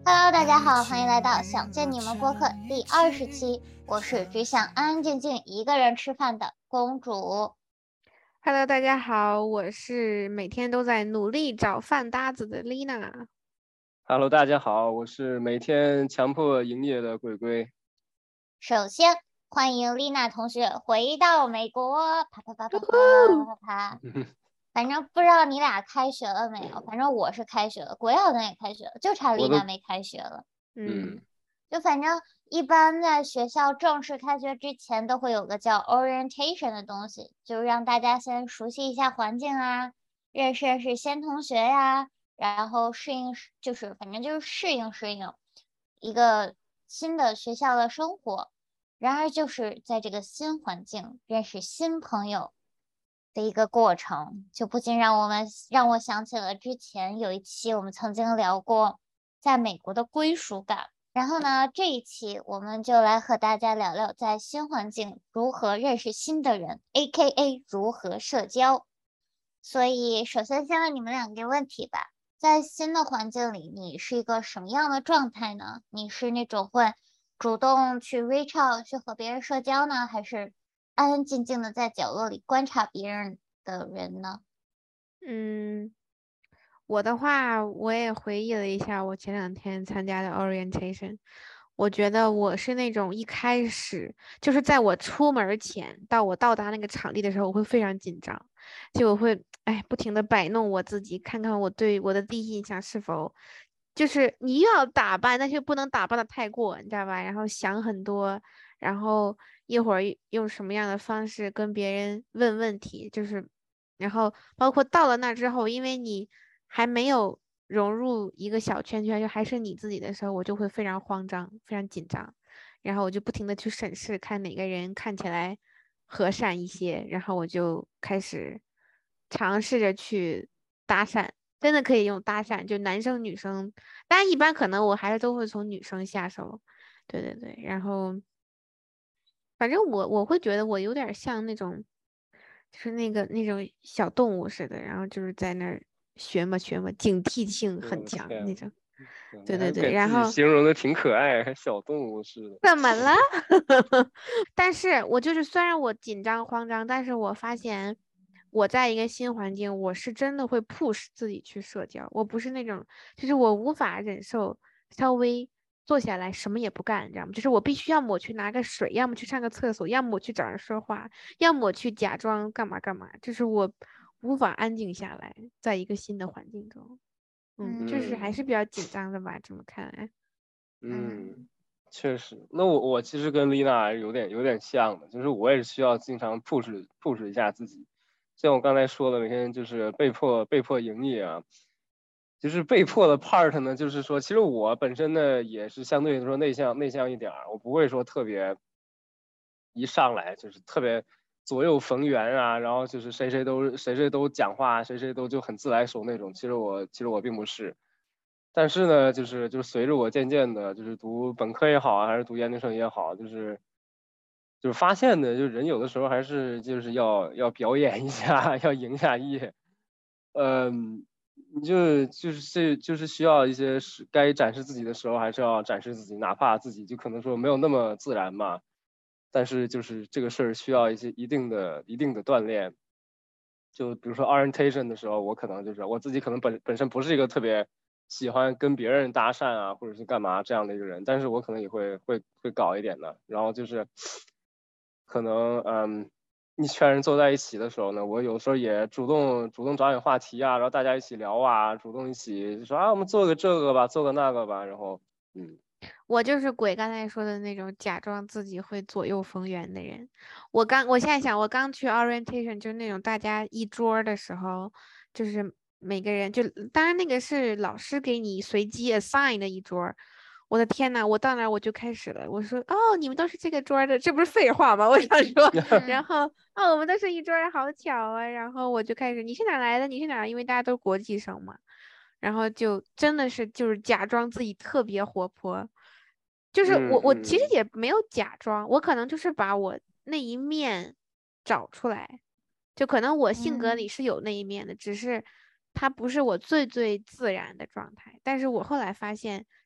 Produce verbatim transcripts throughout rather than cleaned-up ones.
Hello， 大家好，欢迎来到想见你们播客第二十期，我是只想安安静静一个人吃饭的公主。 Hello， 大家好，我是每天都在努力找饭搭子的 Lina。Hello， 大家好，我是每天强迫营业的鬼鬼。 首先欢迎 Lina 同学回到美国，啪啪啪啪啪啪啪。反正不知道你俩开学了没有，反正我是开学了，国好像也开学了，就差 Lina 没开学了。 嗯， 就反正一般在学校正式开学之前都会有个叫 orientation 的东西，就让大家先熟悉一下环境啊，认识认识新同学呀，然后适应，就是反正就是适应适应一个新的学校的生活。然而就是在这个新环境认识新朋友的一个过程，就不禁让我们让我想起了之前有一期我们曾经聊过在美国的归属感。然后呢，这一期我们就来和大家聊聊在新环境如何认识新的人 A K A 如何社交。所以首先先问你们两个问题吧，在新的环境里你是一个什么样的状态呢？你是那种会主动去 reach out 去和别人社交呢，还是安安静静的在角落里观察别人的人呢？ 嗯，我的话，我也回忆了一下我前两天参加的 orientation， 我觉得我是那种一开始就是在我出门前到我到达那个场地的时候，我会非常紧张，就我会哎不停的摆弄我自己，看看我对我的第一印象是否就是你又要打扮，但是不能打扮的太过，你知道吧？然后想很多，然后一会儿用什么样的方式跟别人问问题，就是。然后包括到了那之后，因为你还没有融入一个小圈圈，就还是你自己的时候，我就会非常慌张，非常紧张，然后我就不停的去审视，看哪个人看起来和善一些，然后我就开始尝试着去搭讪，真的可以用搭讪，就男生女生，当然一般可能我还是都会从女生下手，对对对，然后反正我我会觉得我有点像那种。就是那个那种小动物似的，然后就是在那儿学嘛学嘛，警惕性很强那种。对对对，然后形容的挺可爱，还小动物似的。 怎么了？但是我就是虽然我紧张慌张，但是我发现我在一个新环境，我是真的会 push 自己去社交，我不是那种，就是我无法忍受稍微。坐下来什么也不干，你知道吗？就是我必须要么我去拿个水，要么去上个厕所，要么我去找人说话，要么我去假装干嘛干嘛。就是我无法安静下来，在一个新的环境中，嗯，就是还是比较紧张的吧。这么看来， 嗯，确实。那我我其实跟丽娜有点有点像的，就是我也是需要经常 push push 一下自己。像我刚才说的，每天就是被迫被迫营业啊。就是被迫的 part 呢，就是说，其实我本身呢也是相对来说内向内向一点儿，我不会说特别一上来就是特别左右逢源啊，然后就是谁谁都谁谁都讲话，谁谁都就很自来熟那种。其实我其实我并不是，但是呢，就是就是随着我渐渐的，就是读本科也好啊，还是读研究生也好，就是就是发现的，就人有的时候还是就是要要表演一下，要营一下业，嗯。你就就是这就是需要一些是该展示自己的时候还是要展示自己，哪怕自己就可能说没有那么自然嘛，但是就是这个事儿需要一些一定的一定的锻炼。就比如说 orientation 的时候，我可能就是我自己可能本本身不是一个特别喜欢跟别人搭讪啊，或者是干嘛这样的一个人，但是我可能也会会会搞一点的，然后就是可能嗯。一群人坐在一起的时候呢，我有时候也主动主动找点话题啊，然后大家一起聊啊，主动一起说啊，我们做个这个吧，做个那个吧，然后嗯， 我就是鬼刚才说的那种假装自己会左右逢源的人。我刚我现在想，我刚去 orientation 就是那种大家一桌的时候，就是每个人就当然那个是老师给你随机 assign 的一桌。我的天呐，我到那儿我就开始了，我说哦，你们都是这个桌的，这不是废话吗？我想说，然后哦，我们都是一桌，好巧啊。然后我就开始，你是哪来的？你是哪？因为大家都是国际生嘛，然后就真的是就是假装自己特别活泼，就是我我其实也没有假装，我可能就是把我那一面找出来，就可能我性格里是有那一面的，只是它不是我最最自然的状态。但是我后来发现。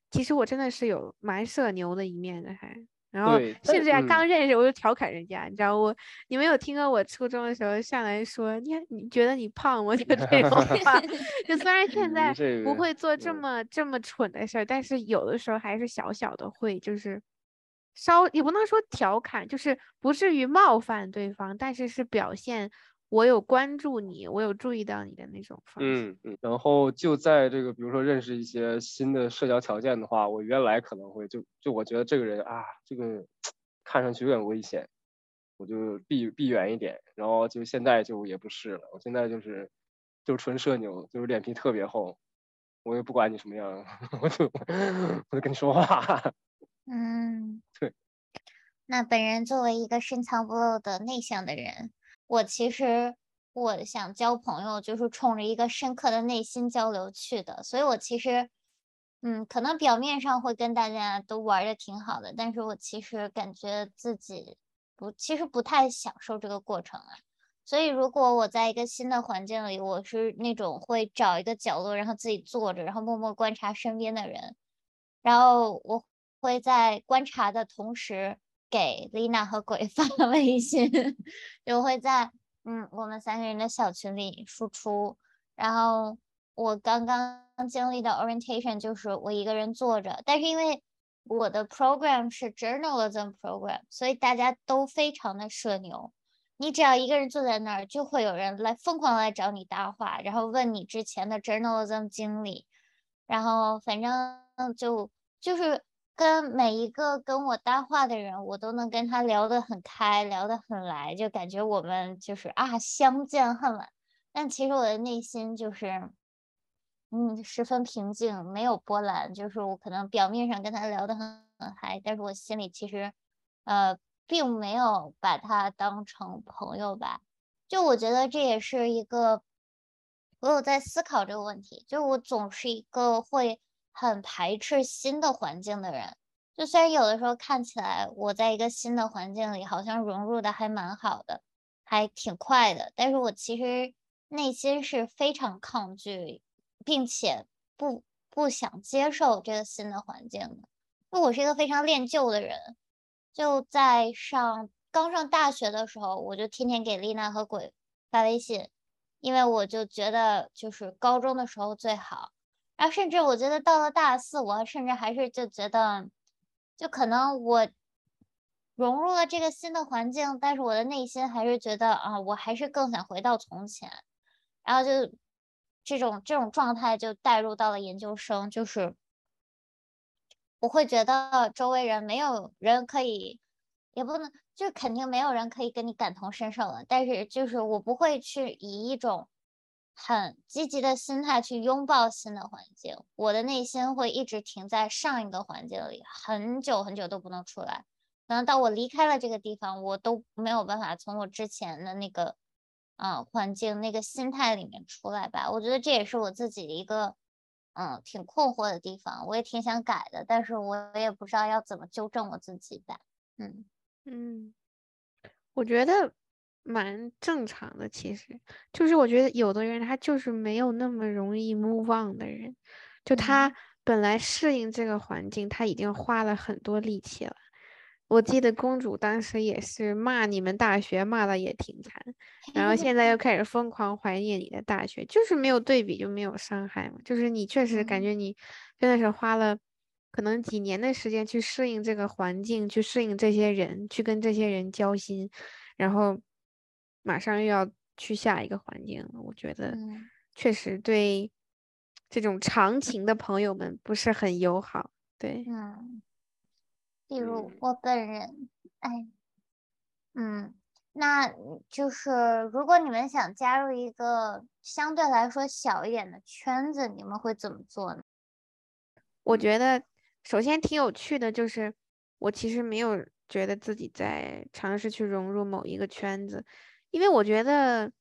其实我真的是有蛮社牛的一面的还。然后对，但甚至还嗯刚认识我就调侃人家，你知道我，你们有听过我初中的时候上来说，你看你觉得你胖吗？就这种话。就虽然现你在不这个会做这嗯么这么蠢的事儿，但是有的时候还是小小的会，就是稍也不能说调侃，就是不至于冒犯对方，但是是表现我有关注你，我有注意到你的那种方式。 嗯嗯，然后就在这个比如说认识一些新的社交条件的话，我原来可能会就就我觉得这个人啊，这个看上去有点危险，我就避避远一点。然后就现在就也不是了，我现在就是就纯社牛，就是脸皮特别厚，我也不管你什么样，我就我就跟你说话。 嗯， 对， 那本人作为一个深藏不露的内向的人，我其实我想交朋友就是冲着一个深刻的内心交流去的，所以我其实，嗯，可能表面上会跟大家都玩的挺好的，但是我其实感觉自己不，其实不太享受这个过程啊。所以如果我在一个新的环境里，我是那种会找一个角落，然后自己坐着，然后默默观察身边的人，然后我会在观察的同时给丽娜和鬼发微信，就会在嗯我们三个人的小群里输出。然后我刚刚经历的 orientation 就是我一个人坐着，但是因为我的 program 是 journalism program，所以大家都非常的社牛。你只要一个人坐在那儿，就会有人来疯狂地来找你搭话，然后问你之前的 journalism 经历，然后反正就就是跟每一个跟我搭话的人，我都能跟他聊得很开，聊得很来，就感觉我们就是啊相见恨晚。但其实我的内心就是，嗯，十分平静，没有波澜。就是我可能表面上跟他聊得很很嗨，但是我心里其实，呃，并没有把他当成朋友吧。就我觉得这也是一个，我有在思考这个问题，就我总是一个会很排斥新的环境的人。就虽然有的时候看起来我在一个新的环境里好像融入的还蛮好的，还挺快的，但是我其实内心是非常抗拒，并且不不想接受这个新的环境的。因为我是一个非常恋旧的人，就在上刚上大学的时候，我就天天给丽娜和鬼发微信，因为我就觉得就是高中的时候最好。然后甚至我觉得到了大四，我甚至还是就觉得，就可能我融入了这个新的环境，但是我的内心还是觉得啊，我还是更想回到从前。然后就这种这种状态就带入到了研究生，就是我会觉得周围人没有人可以，也不能，就肯定没有人可以跟你感同身受了。但是就是我不会去以一种很积极的心态去拥抱新的环境，我的内心会一直停在上一个环境里，很久很久都不能出来。可能到我离开了这个地方，我都没有办法从我之前的那个，嗯，环境那个心态里面出来吧。我觉得这也是我自己的一个，嗯，挺困惑的地方，我也挺想改的，但是我也不知道要怎么纠正我自己吧。嗯嗯，我觉得蛮正常的，其实就是我觉得有的人他就是没有那么容易 move on 的人，就他嗯本来适应这个环境，他已经花了很多力气了。我记得公主当时也是骂你们大学骂的也挺惨，然后现在又开始疯狂怀念你的大学，就是没有对比就没有伤害嘛，就是你确实感嗯觉你真的是花了可能几年的时间去适应这个环境，去适应这些人，去跟这些人交心，然后马上又要去下一个环境了，我觉得嗯确实对这种长情的朋友们不是很友好，对。 嗯，例如嗯。 我本人，哎。嗯，那就是如果你们想加入一个相对来说小一点的圈子，你们会怎么做呢？ 我觉得首先挺有趣的，就是我其实没有觉得自己在尝试去融入某一个圈子，因为我觉得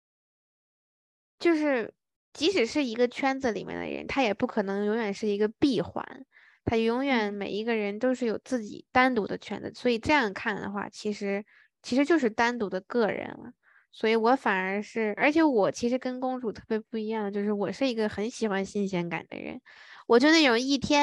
就是即使是一个圈子里面的人，他也不可能永远是一个闭环，他永远嗯每一个人都是有自己单独的圈子，所以这样看的话，其实其实就是单独的个人了。所以我反而是，而且我其实跟公主特别不一样，就是我是一个很喜欢新鲜感的人，我就那种一天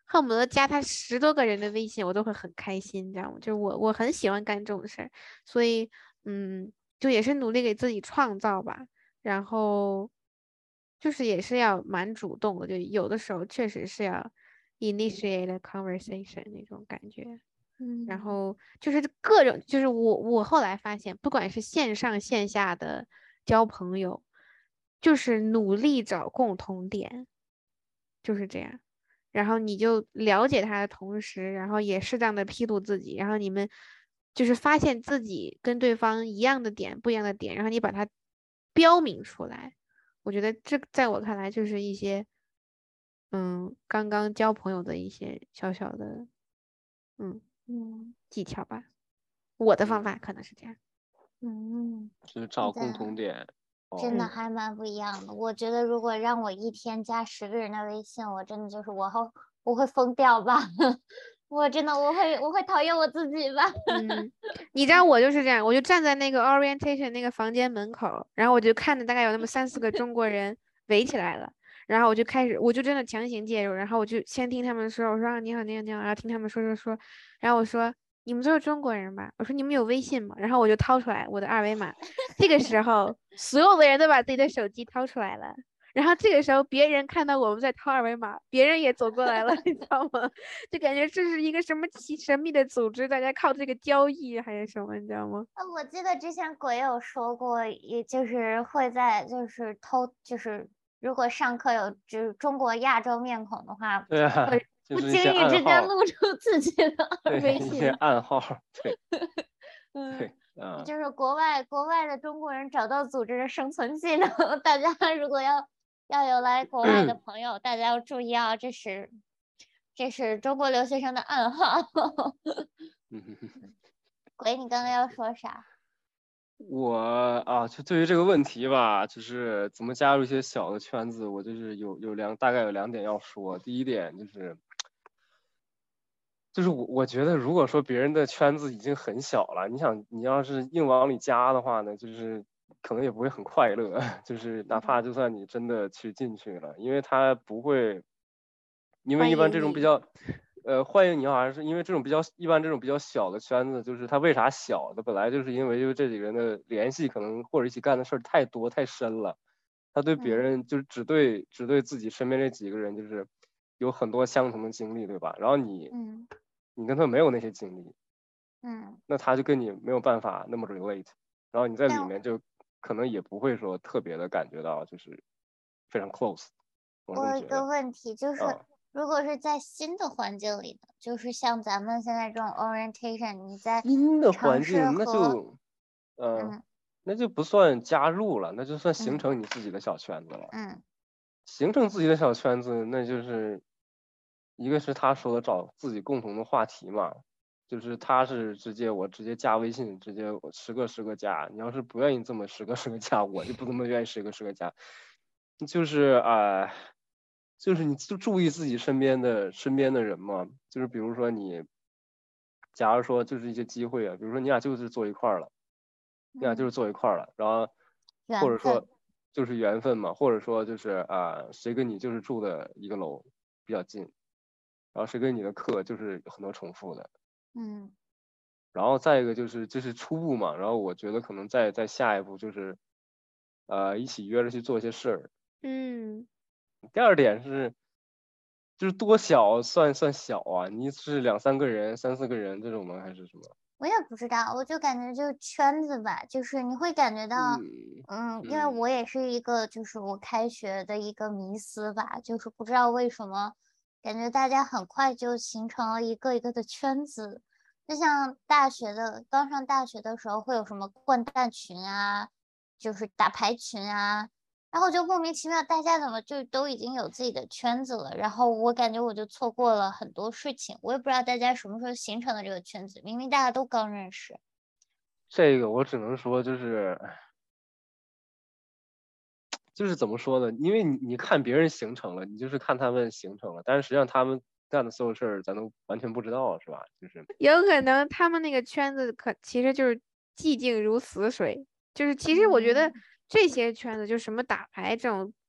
恨不得加他十多个人的微信，我都会很开心，你知道吗？就是我我很喜欢干这种事儿，所以嗯，就也是努力给自己创造吧。然后就是也是要蛮主动的，就有的时候确实是要 initiate a conversation 那种感觉。然嗯后就是各种，就是我我后来发现，不管是线上线下的交朋友，就是努力找共同点，就是这样。然后你就了解他的同时，然后也适当的披露自己，然后你们就是发现自己跟对方一样的点、不一样的点，然后你把它标明出来。我觉得这在我看来就是一些，嗯，刚刚交朋友的一些小小的，嗯。 嗯技巧吧，我的方嗯， 法可能是这样。 嗯， 就是找对共同点。 真的哦， 嗯， 还蛮不一样的。我觉得如果让我一天加十个人的微信，我真的就是我会我会疯掉吧。我真的我会我会讨厌我自己吧。 嗯，你知道我就是这样，我就站在那个 orientation 那个房间门口，然后我就看着大概有那么三四个中国人围起来了，然后我就开始，我就真的强行介入，然后我就先听他们说，我说啊你好你好你好，然后听他们说说说，然后我说你们都是中国人吧？我说你们有微信吗？然后我就掏出来我的二维码，这个时候所有的人都把自己的手机掏出来了。然后这个时候，别人看到我们在掏二维码，别人也走过来了，你知道吗？就感觉这是一个什么奇神秘的组织，大家靠这个交易还是什么，你知道吗？ 啊，我记得之前鬼有说过，也就是会在就是偷，就是如果上课有就是中国亚洲面孔的话， 对啊， 会不就是一些经意之间暗号， 露出自己的对， 微一信来。 些暗号，对嗯， 对，啊， 就是国外国外的中国人找到组织的生存技能，大家如果要要有来国外的朋友，大家要注意啊，这是这是中国留学生的暗号。 嗯哼哼。 鬼，你刚刚要说啥？ 我啊，就对于这个问题吧，就是怎么加入一些小的圈子，我就是有有两大概有两点要说。第一点就是，就是我我觉得如果说别人的圈子已经很小了，你想你要是硬往里加的话呢，就是可能也不会很快乐，就是哪怕就算你真的去进去了，因为他不会，因为欢一般迎你。 这种比较。呃，欢迎你好，还是因为这种比较一般这种比较小的圈子，就是它为啥小的？本来就是因为就是这几个人的联系可能或者一起干的事儿太多太深了，他对别嗯人就是只对只对自己身边这几个人就是有很多相同的经历，对吧？然后你嗯你跟他没有那些经历， 嗯， 那他就跟你没有办法那么 relate，然后你在里但面就可能也不会说特别的感觉到就是非常 close，我是这我有一个么觉得。 问题，就是啊， 如果是在新的环境里呢，就是像咱们现在这种 orientation，你在新的尝环境那试和就。嗯， 嗯那就不算加入了，那就算形嗯成你自己的小圈子了。 嗯形成自己的小圈子，那就是一个是他说的找自己共同的话题嘛，就是他是直接我直接加微信，直接我十个十个加。你要是不愿意这么十个十个加，我就不这么愿意十个十个加。就是啊、呃就是你就注意自己身边的身边的人嘛，就是比如说你，假如说就是一些机会啊，比如说你俩就是坐一块儿了。你俩就嗯， 是坐一块儿了，然后或者说缘分， 就是缘分嘛，或者说就是啊、谁跟你就是住的一个楼比较近，然后谁跟你的课就是有很多重复的， 嗯然后再一个就是这是初步嘛，然后我觉得可能再再下一步就是呃一起约着去做一些事儿。 嗯， 第二点是就是多小算算小啊？你是两三个人、三四个人这种吗？还是什么？ 我也不知道，我就感觉就是圈子吧，就是你会感觉到， 嗯嗯，因为嗯， 我也是一个，就是我开学的一个迷思吧，就是不知道为什么，感觉大家很快就形成了一个一个的圈子，就像大学的，刚上大学的时候会有什么掼蛋群啊，就是打牌群啊，然后就莫名其妙，大家怎么就都已经有自己的圈子了？然后我感觉我就错过了很多事情，我也不知道大家什么时候形成的这个圈子，明明大家都刚认识。 这个我只能说就是就是怎么说呢？因为你你看别人形成了，你就是看他们形成了，但是实际上他们干的所有事儿，咱都完全不知道，是吧？就是有可能他们那个圈子可其实就是寂静如死水，就是其实我觉得嗯这些圈子就什么打牌这种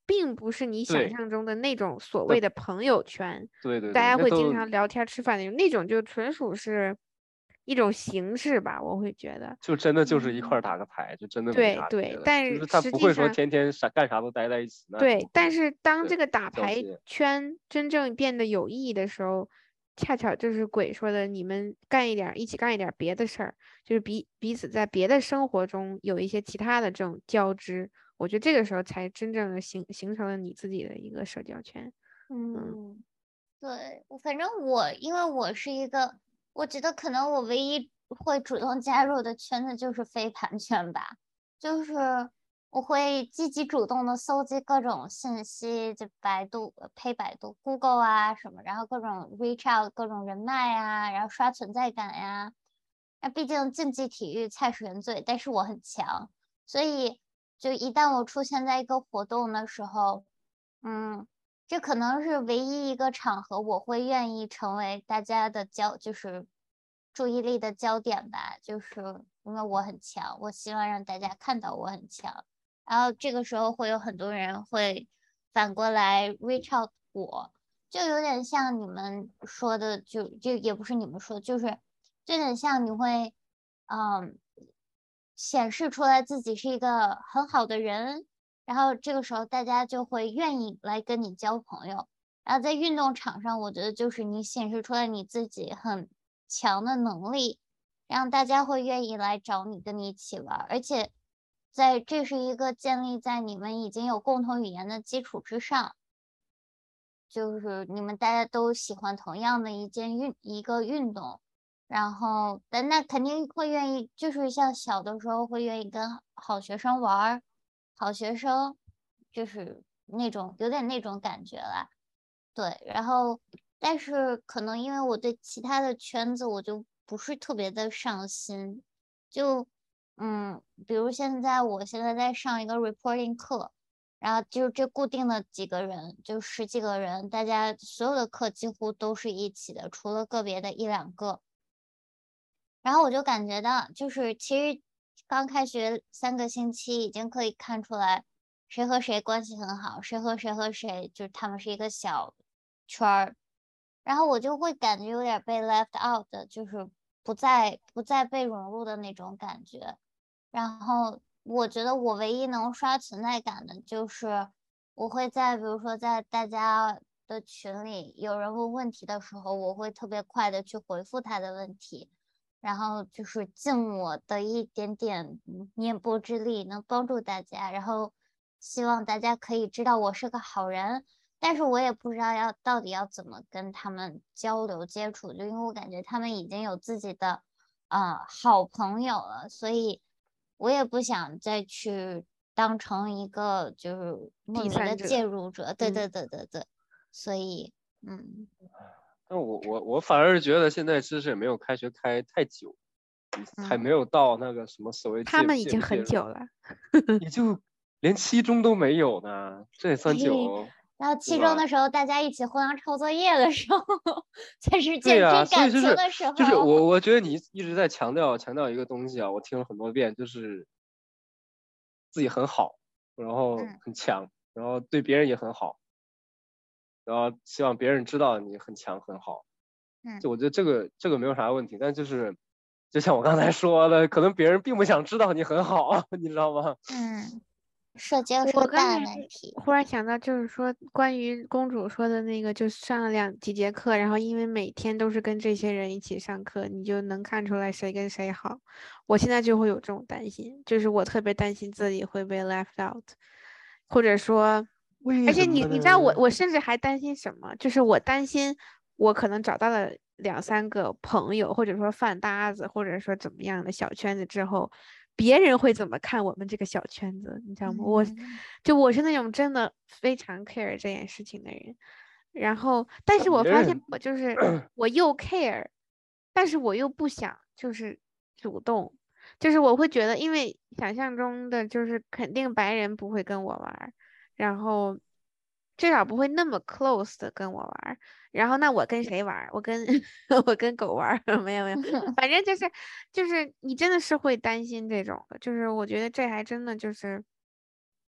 并不是你想对象中的那种所那谓的朋友圈， 对对对， 大家会经那都常聊天吃饭那种，那种就纯属是一种形式吧，我会觉得。 就真的就是一块嗯， 儿打个牌，就真的没对啥别对， 的， 但就是是他不会说实际上， 天天啥干啥都待在一起，那怎对， 么会但是当这对个打牌交接？ 圈真正变得有意义的时候，恰巧就是鬼说的，你们干一点儿，一起干一点儿别的事儿，就是彼彼此在别的生活中有一些其他的这种交织，我觉得这个时候才真正的形形成了你自己的一个社交圈。嗯嗯，对，我反正我因为我是一个，我觉得可能我唯一会主动加入的圈子就是飞盘圈吧，就是我会积极主动的搜集各种信息，就百度、呃呸百度、Google 啊什么，然后各种 reach out 各种人脉呀，然后刷存在感呀。那毕竟竞技体育菜是人最，但是我很强，所以就一旦我出现在一个活动的时候，嗯。这可能是唯一一个场合，我会愿意成为大家的焦，就是注意力的焦点吧。就是因为我很强，我希望让大家看到我很强。然后这个时候会有很多人会反过来 reach out 我，就有点像你们说的，就就也不是你们说，就是就有点像你会，嗯，显示出来自己是一个很好的人。然后这个时候大家就会愿意来跟你交朋友。然后在运动场上，我觉得就是你显示出来你自己很强的能力，让大家会愿意来找你，跟你一起玩儿。而且在这是一个建立在你们已经有共同语言的基础之上，就是你们大家都喜欢同样的一件运一个运动，然后但那肯定会愿意，就是像小的时候会愿意跟好学生玩儿，好学生就是那种有点那种感觉啦。对，然后但是可能因为我对其他的圈子我就不是特别的上心，就嗯，比如现在我现在在上一个 reporting 课。然后就这固定的几个人，就十几个人，大家所有的课几乎都是一起的，除了个别的一两个。然后我就感觉到，就是其实刚开学三个星期，已经可以看出来谁和谁关系很好，谁和谁和谁，就是他们是一个小圈儿。然后我就会感觉有点被 left out 的，就是不再不再被融入的那种感觉。然后我觉得我唯一能刷存在感的就是我会在比如说在大家的群里有人问问题的时候，我会特别快的去回复他的问题，然后就是尽我的一点点嗯念波之力，能帮助大家，然后希望大家可以知道我是个好人。但是我也不知道要到底要怎么跟他们交流接触，就因为我感觉他们已经有自己的呃好朋友了，所以我也不想再去当成一个就是莫第名的三者。 介入者。对对嗯对对对，所以嗯但我我我反而是觉得现在知识也没有开学开太久，还没嗯， 有到那个什么所谓他介们已经很介不介入， 久了。 也就连期中都没有呢，这也算嘿， 久， 然后对吧？ 期中的时候大家一起互相抄作业的时候，才是对呀、 见真所以就是感情的时就是候。 我我觉得你一直在强调强调一个东西啊，我听了很多遍，就是自己很好，然后嗯很强，然后对别人也很好，然后希望别人知道你很强很好。 嗯就我觉得这个这个没有啥问题，但就是就像我刚才说的，可能别人并不想知道你很好，你知道吗？ 嗯，社交是个大我刚才难题。 忽然想到，就是说关于公主说的那个，就上了两几节课，然后因为每天都是跟这些人一起上课，你就能看出来谁跟谁好。我现在就会有这种担心，就是我特别担心自己会被 left out，或者说，而且你为什么你知道我呢？ 我甚至还担心什么？就是我担心我可能找到了两三个朋友，或者说饭搭子，或者说怎么样的小圈子之后。别人会怎么看我们这个小圈子，你知道吗？我嗯就我是那种真的非常 care 这件事情的人。然后，但是我发现别人我就是我又 care，但是我又不想就是主动，就是我会觉得，因为想象中的就是肯定白人不会跟我玩儿，然后至少不会那么 close 的跟我玩儿。然后那我跟谁玩儿？我跟我跟狗玩儿？没有没有，反正就是就是你真的是会担心这种的，就是我觉得这还真的就是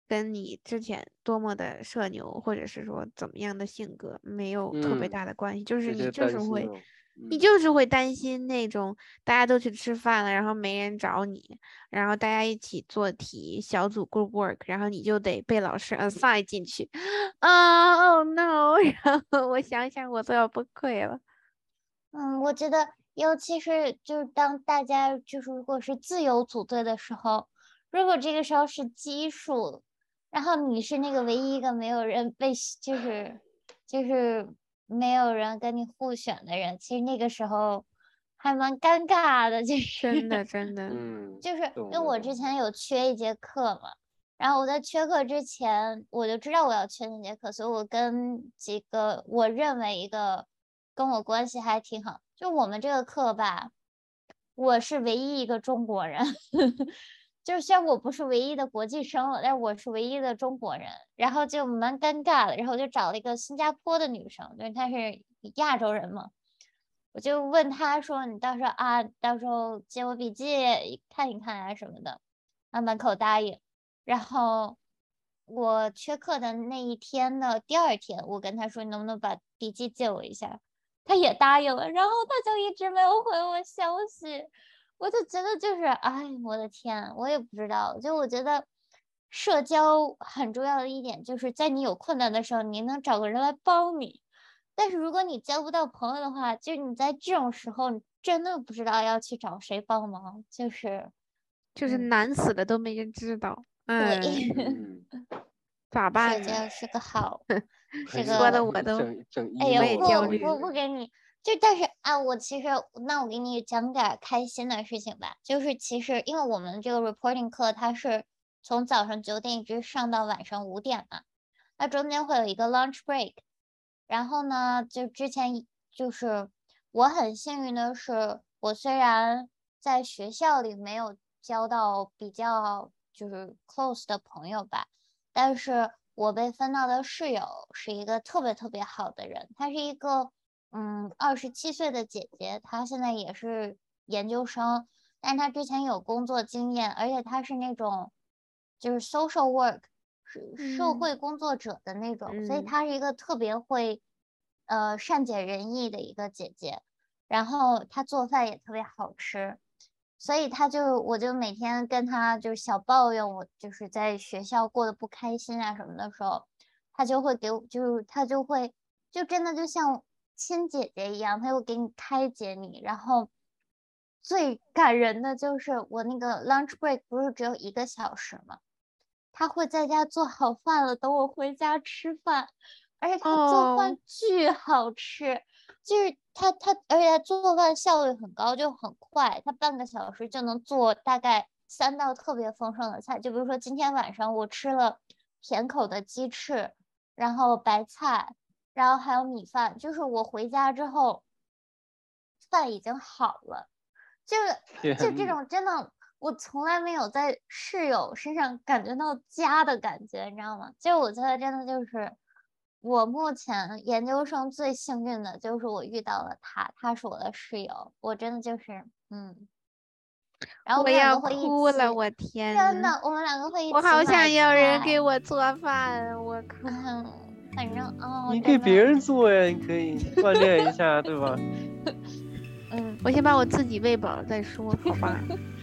跟你之前多么的社牛，或者是说怎么样的性格没有特别嗯， 大的关系，就是你这些就是会， 担心哦， 你嗯， 就是会担心那种大家都去吃饭了，然后没人找你，然后大家一起做题，小组 group work，然后你就得被老师 assign 进去，啊，oh no，然后我想想我都要崩溃了。 嗯，我觉得，尤其是就是当大家就是如果是自由组队的时候，如果这个时候是奇数，然后你是那个唯一一个没有人被就是就是没有人跟你互选的人，其实那个时候还蛮尴尬的，就真的是真的， 嗯， 就是因为懂的懂的， 我之前有缺一节课嘛。然后我在缺课之前，我就知道我要缺那节课，所以我跟几个我认为一个跟我关系还挺好，就我们这个课吧，我是唯一一个中国人，就是虽然我不是唯一的国际生了，但是我是唯一的中国人，然后就蛮尴尬的，然后我就找了一个新加坡的女生，因为她是亚洲人嘛，我就问她说：“你到时候啊，到时候借我笔记看一看啊什么的。”她满口答应。然后我缺课的那一天的第二天，我跟她说：“你能不能把笔记借我一下？”她也答应了，然后她就一直没有回我消息。我就觉得就是，哎，我的天，我也不知道。就我觉得社交很重要的一点，就是在你有困难的时候，你能找个人来帮你。但是如果你交不到朋友的话，就是你在这种时候，你真的不知道要去找谁帮忙。就是， 就是嗯， 难死了都没人知道， 对， 嗯， 嗯， 咋社办呢？ 交是个好，是哎呦， 说的个， 我都整整哎我呦， 也 emo 了， 焦不不虑了。 我跟你说， 不给你，就但是啊，我其实那我给你讲点儿开心的事情吧，就是其实因为我们这个 reporting 课它是从早上九点一直上到晚上五点嘛，那中间会有一个 lunch break，然后呢，就之前就是我很幸运的是，我虽然在学校里没有交到比较就是 close 的朋友吧。但是我被分到的室友是一个特别特别好的人，她是一个嗯二十七岁的姐姐，她现在也是研究生，但她之前有工作经验，而且她是那种就是 social work 是社嗯会工作者的那种，所以嗯， 她是一个特别会呃善解人意的一个姐姐，然后她做饭也特别好吃。所以他就我就每天跟他就是小抱怨我就是在学校过得不开心啊什么的时候，他就会给我就是他就会就真的就像亲姐姐一样，他会给你开解你。然后最感人的就是我那个 lunch break 不是只有一个小时吗？他会在家做好饭了，等我回家吃饭，而且他做哦饭巨好吃，就是他他，而且他做饭效率很高，就很快，他半个小时就能做大概三道特别丰盛的菜。就比如说今天晚上我吃了甜口的鸡翅，然后白菜，然后还有米饭，就是我回家之后饭已经好了。就是就这天呐， 种真的，我从来没有在室友身上感觉到家的感觉，你知道吗？就我觉得真的就是我目前研究生最幸运的就是我遇到了他，他是我的室友，我真的就是嗯，然后我们两我要个会一哭了， 起， 我天呐， 真的，我们两个会一我好想起买有人给菜， 我做饭，我靠！ 嗯，反正哦， 你给别真的， 人做呀，你可以锻炼一下，对吧？ 嗯， 我先把我自己喂饱了再说，好吧？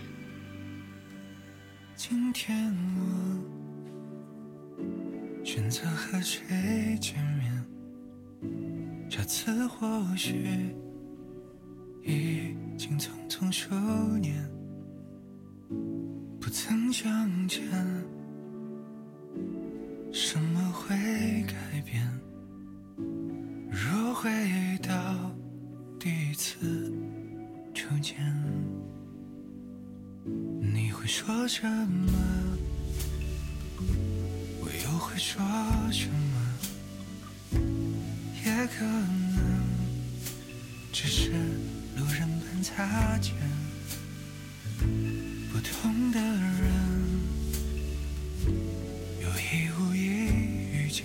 今天我选择和谁见面？这次或许已经匆匆数年，不曾相见，什么会改变？若回到第一次初见，你会说什么？我又会说什么？也可能只是路人般擦肩，不同的人有意无意遇见，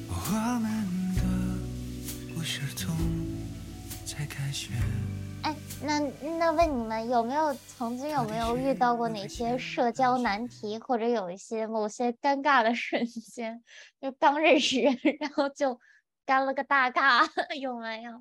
我们的故事总在开学。 哎， 那那问你们有没有曾经有没有遇到过哪些社交难题，或者有一些某些尴尬的瞬间，就刚认识人，然后就干了个大尬，有没有？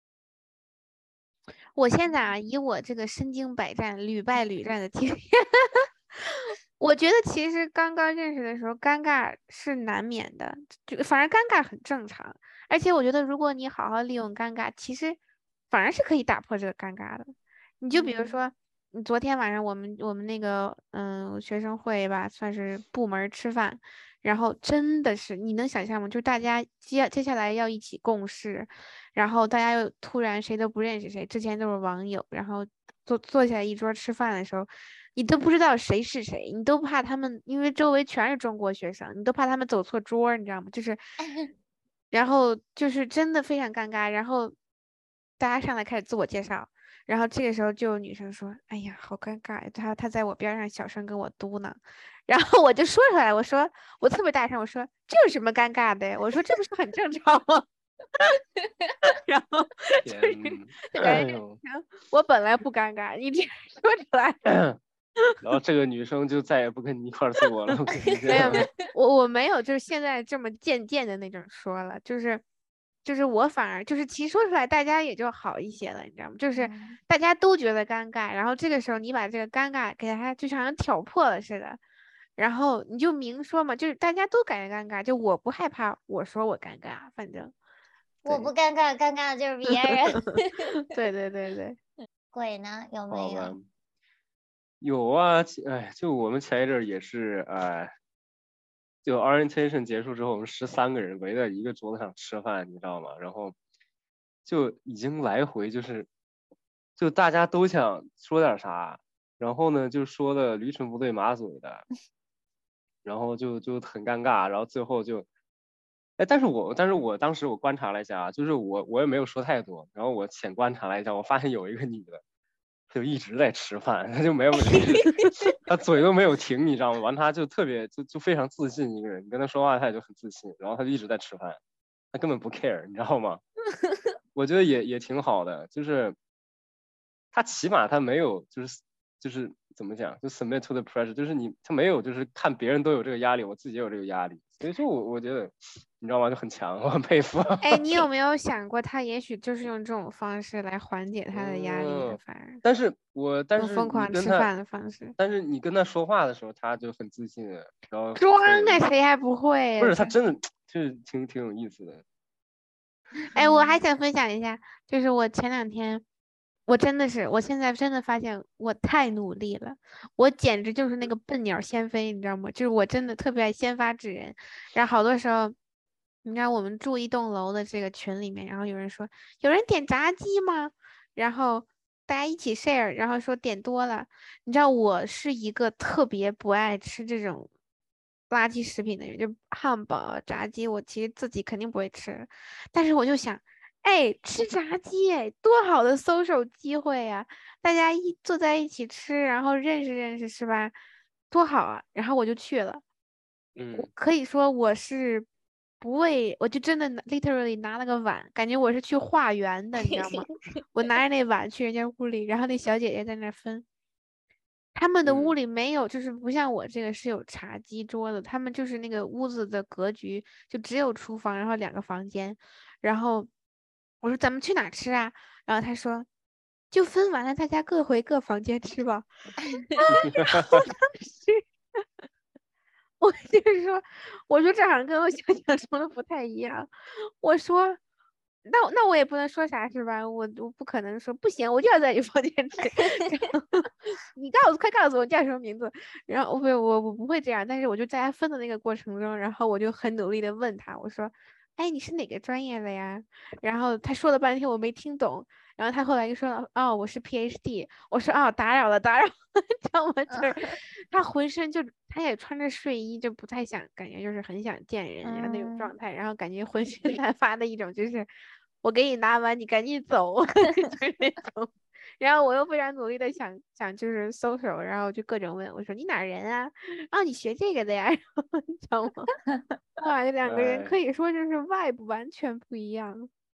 我现在啊，以我这个身经百战、屡败屡战的经验，我觉得其实刚刚认识的时候，尴尬是难免的，就反而尴尬很正常。而且我觉得，如果你好好利用尴尬，其实反而是可以打破这个尴尬的。你就比如嗯说，你昨天晚上我们我们那个嗯学生会吧，算是部门儿吃饭，然后真的是你能想象吗？就大家接接下来要一起共事，然后大家又突然谁都不认识谁，之前都是网友，然后坐坐下来一桌吃饭的时候，你都不知道谁是谁，你都怕他们，因为周围全是中国学生，你都怕他们走错桌儿，你知道吗？就是，然后就是真的非常尴尬，然后大家上来开始自我介绍。然后这个时候就有女生说：“哎呀，好尴尬呀！她她在我边上小声跟我嘟囔。”然后我就说出来，我说我特别大声，我说这有什么尴尬的呀？我说这不是很正常吗？然后就是天， 就感觉这个哎呦， 女生我本来不尴尬，你这样说出来， 然后这个女生就再也不跟你一块儿做了，我跟你没有没有， 讲。 我我没有就是现在这么渐渐的那种说了，就是就是我反而就是其实说出来大家也就好一些了，你知道吗？就是嗯大家都觉得尴尬，然后这个时候你把这个尴尬给他就好像挑破了似的，然后你就明说嘛，就是大家都感觉尴尬，就我不害怕我说我尴尬，反正我不尴尬，尴尬的就是别人。 对对对对， 鬼呢？有好吧， 没有？ 有啊，其哎，就我们前一阵儿也是，哎，就 orientation 结束之后，我们十三个人围在一个桌子上吃饭，你知道吗？然后就已经来回就是，就大家都想说点啥，然后呢就说的驴唇不对马嘴的，然后就就很尴尬，然后最后就，哎，但是我但是我当时我观察了一下啊，就是我我也没有说太多，然后我浅观察了一下，我发现有一个女的。就一直在吃饭，他就没有，他嘴都没有停，你知道吗？完他就特别就就非常自信一个人，你跟他说话他也就很自信，然后他就一直在吃饭，他根本不 care，你知道吗？我觉得也也挺好的，就是他起码他没有就是就是怎么讲，就 submit to the pressure，就是你他没有就是看别人都有这个压力，我自己也有这个压力，所以说我我觉得你知道吗？就很强，我很佩服。 哎，你有没有想过，他也许就是用这种方式来缓解他的压力呢？ 嗯， 反而但是我但用是疯狂吃你跟他， 饭的方式但是你跟他说话的时候，他就很自信，然后装啊， 很有意思。 谁还不会呀？这不是他真的就是挺挺有意思的。 哎，我还嗯想分享一下，就是我前两天，我真的是，我现在真的发现我太努力了，我简直就是那个笨鸟先飞，你知道吗？就是我真的特别爱先发制人，然后好多时候，你知道我们住一栋楼的这个群里面，然后有人说有人点炸鸡吗？然后大家一起 share，然后说点多了，你知道我是一个特别不爱吃这种垃圾食品的人，就汉堡、炸鸡，我其实自己肯定不会吃。但是我就想，哎，吃炸鸡，哎，多好的 social 机会呀！大家一坐在一起吃，然后认识认识，是吧？多好啊！然后我就去了。我嗯， 可以说我是不为，我就真的拿 literally 拿了个碗，感觉我是去化缘的，你知道吗？我拿着那碗去人家屋里，然后那小姐姐在那分。他们的屋嗯里没有，就是不像我这个是有茶几桌的，他们就是那个屋子的格局就只有厨房，然后两个房间。然后我说咱们去哪吃啊？然后他说就分完了，大家各回各房间吃吧。然后当时我就是说，我说这好像跟我想象中的不太一样。我说，那那我也不能说啥是吧？我我不可能说不行，我就要在你房间吃。然后你告诉，快告诉我你叫什么名字？然后我不我我不会这样，但是我就在他分的那个过程中，然后我就很努力的问他，我说，哎，你是哪个专业的呀？然后他说了半天我没听懂，然后他后来就说了，哦，我是 PhD。我说，哦，打扰了，打扰了，知道吗？就是他浑身就他也穿着睡衣，就不太想，感觉就是很想见人，然后那种嗯， 状态，然后感觉浑身散发的一种就是我给你拿完，你赶紧走，就是那种。然后我又非常努力的想想就是 social，然后就各种问我说你哪儿人啊？哦，你学这个的呀？然后你知道吗？哇，这两个人可哎， 以说就是 vibe 完全不一样。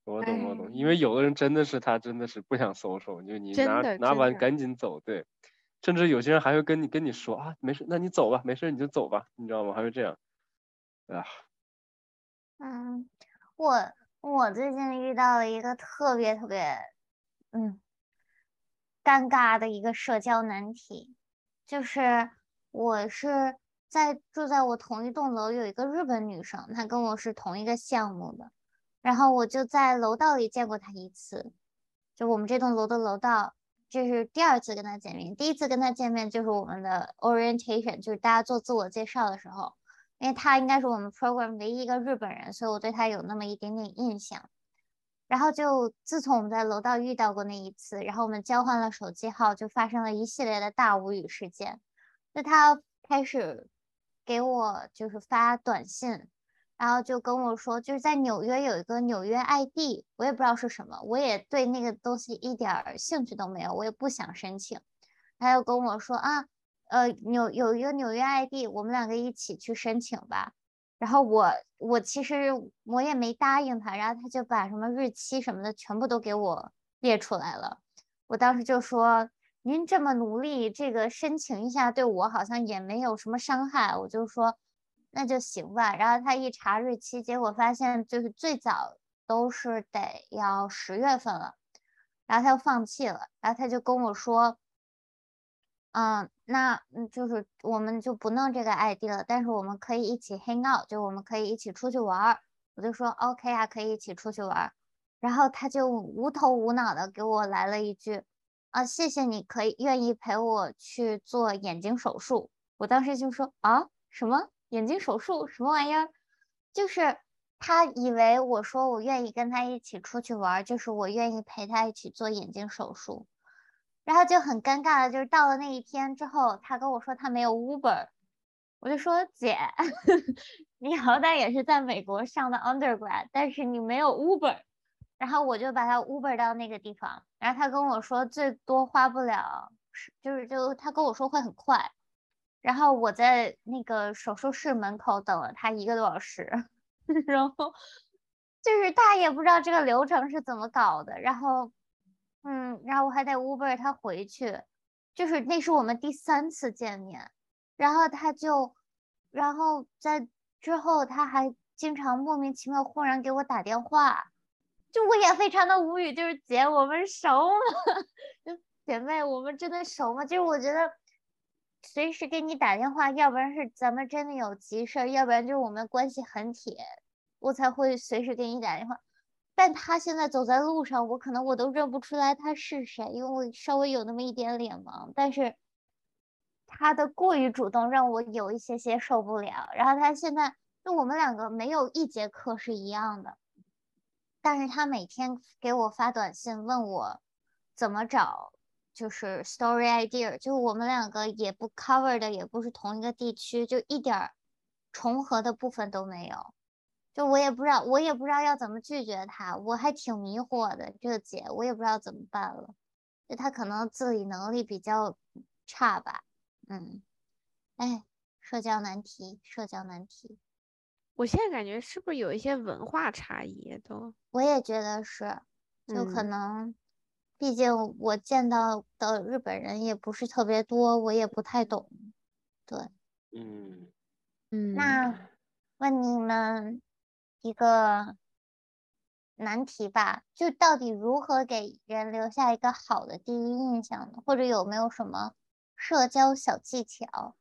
我懂我懂，因哎， 为有的人真的是他真的是不想 social，就你真拿拿完的真的， 赶紧走，对，甚至有些人还会跟你跟你说啊，没事，那你走吧，没事你就走吧，你知道吗？还会这样，啊， 嗯，我我最近遇到了一个特别特别嗯尴尬的一个社交难题，就是我是在住在我同一栋楼有一个日本女生，她跟我是同一个项目的，然后我就在楼道里见过她一次，就我们这栋楼的楼道，这是第二次跟她见面，第一次跟她见面就是我们的 orientation，就是大家做自我介绍的时候，因为她应该是我们 program 唯一一个日本人，所以我对她有那么一点点印象。然后就自从我们在楼道遇到过那一次，然后我们交换了手机号，就发生了一系列的大无语事件。那他开始给我就是发短信，然后就跟我说，就是在纽约有一个纽约 I D，我也不知道是什么，我也对那个东西一点儿兴趣都没有，我也不想申请。他又跟我说啊，呃，纽有一个纽约 I D，我们两个一起去申请吧。然后我我其实我也没答应他，然后他就把什么日期什么的全部都给我列出来了。我当时就说，您这么努力，这个申请一下对我好像也没有什么伤害，我就说那就行吧。然后他一查日期，结果发现就是最早都是得要十月份了，然后他又放弃了，然后他就跟我说。嗯，那嗯，就是我们就不弄这个 I D 了，但是我们可以一起 hang out，就我们可以一起出去玩儿。我就说 OK 啊，可以一起出去玩儿。然后他就无头无脑的给我来了一句啊，谢谢你可以愿意陪我去做眼睛手术。我当时就说啊，什么眼睛手术，什么玩意儿？就是他以为我说我愿意跟他一起出去玩儿，就是我愿意陪他一起做眼睛手术。然后就很尴尬的，就是到了那一天之后，他跟我说他没有 Uber，我就说姐，你好歹也是在美国上的 undergrad，但是你没有 Uber，然后我就把他 Uber 到那个地方，然后他跟我说最多花不了，就是就他跟我说会很快，然后我在那个手术室门口等了他一个多小时，然后就是他也不知道这个流程是怎么搞的，然后。嗯，然后我还得 Uber 他回去，就是那是我们第三次见面，然后他就，然后在之后他还经常莫名其妙忽然给我打电话，就我也非常的无语，就是姐我们熟吗？就姐妹我们真的熟吗？就是我觉得随时给你打电话，要不然是咱们真的有急事儿，要不然就是我们关系很铁，我才会随时给你打电话。但他现在走在路上，我可能我都认不出来他是谁，因为我稍微有那么一点脸盲。但是他的过于主动让我有一些些受不了。然后他现在，就我们两个没有一节课是一样的，但是他每天给我发短信问我怎么找，就是 story idea，就我们两个也不 cover 的，也不是同一个地区，就一点儿重合的部分都没有。就我也不知道，我也不知道要怎么拒绝他，我还挺迷惑的。这个姐，我也不知道怎么办了。就他可能自理能力比较差吧。嗯，哎，社交难题，社交难题。 我现在感觉是不是有一些文化差异都？ 我也觉得是，就可嗯能，毕竟我见到的日本人也不是特别多，我也不太懂。对， 嗯， 嗯， 那问你们一个难题吧，就到底如何给人留下一个好的第一印象呢？或者有没有什么社交小技巧？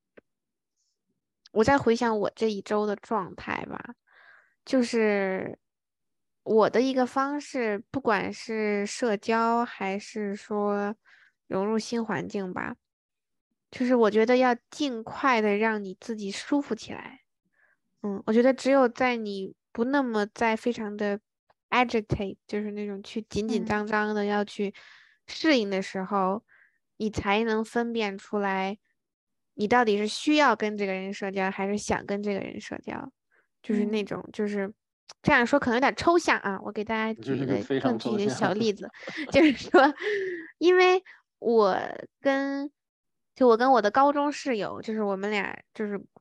我在回想我这一周的状态吧，就是我的一个方式，不管是社交还是说融入新环境吧，就是我觉得要尽快的让你自己舒服起来。嗯，我觉得只有在你不那么在非常的 agitate，就是那种去紧紧嗯张张的要去适应的时候，你才能分辨出来，你到底是需要跟这个人社交，还是想跟这个人社交。就是那嗯种，就是这样说可能有点抽象啊，我给大家举一个非常更具体的抽象。 小例子，就是说，因为我跟就我跟我的高中室友，就是我们俩就是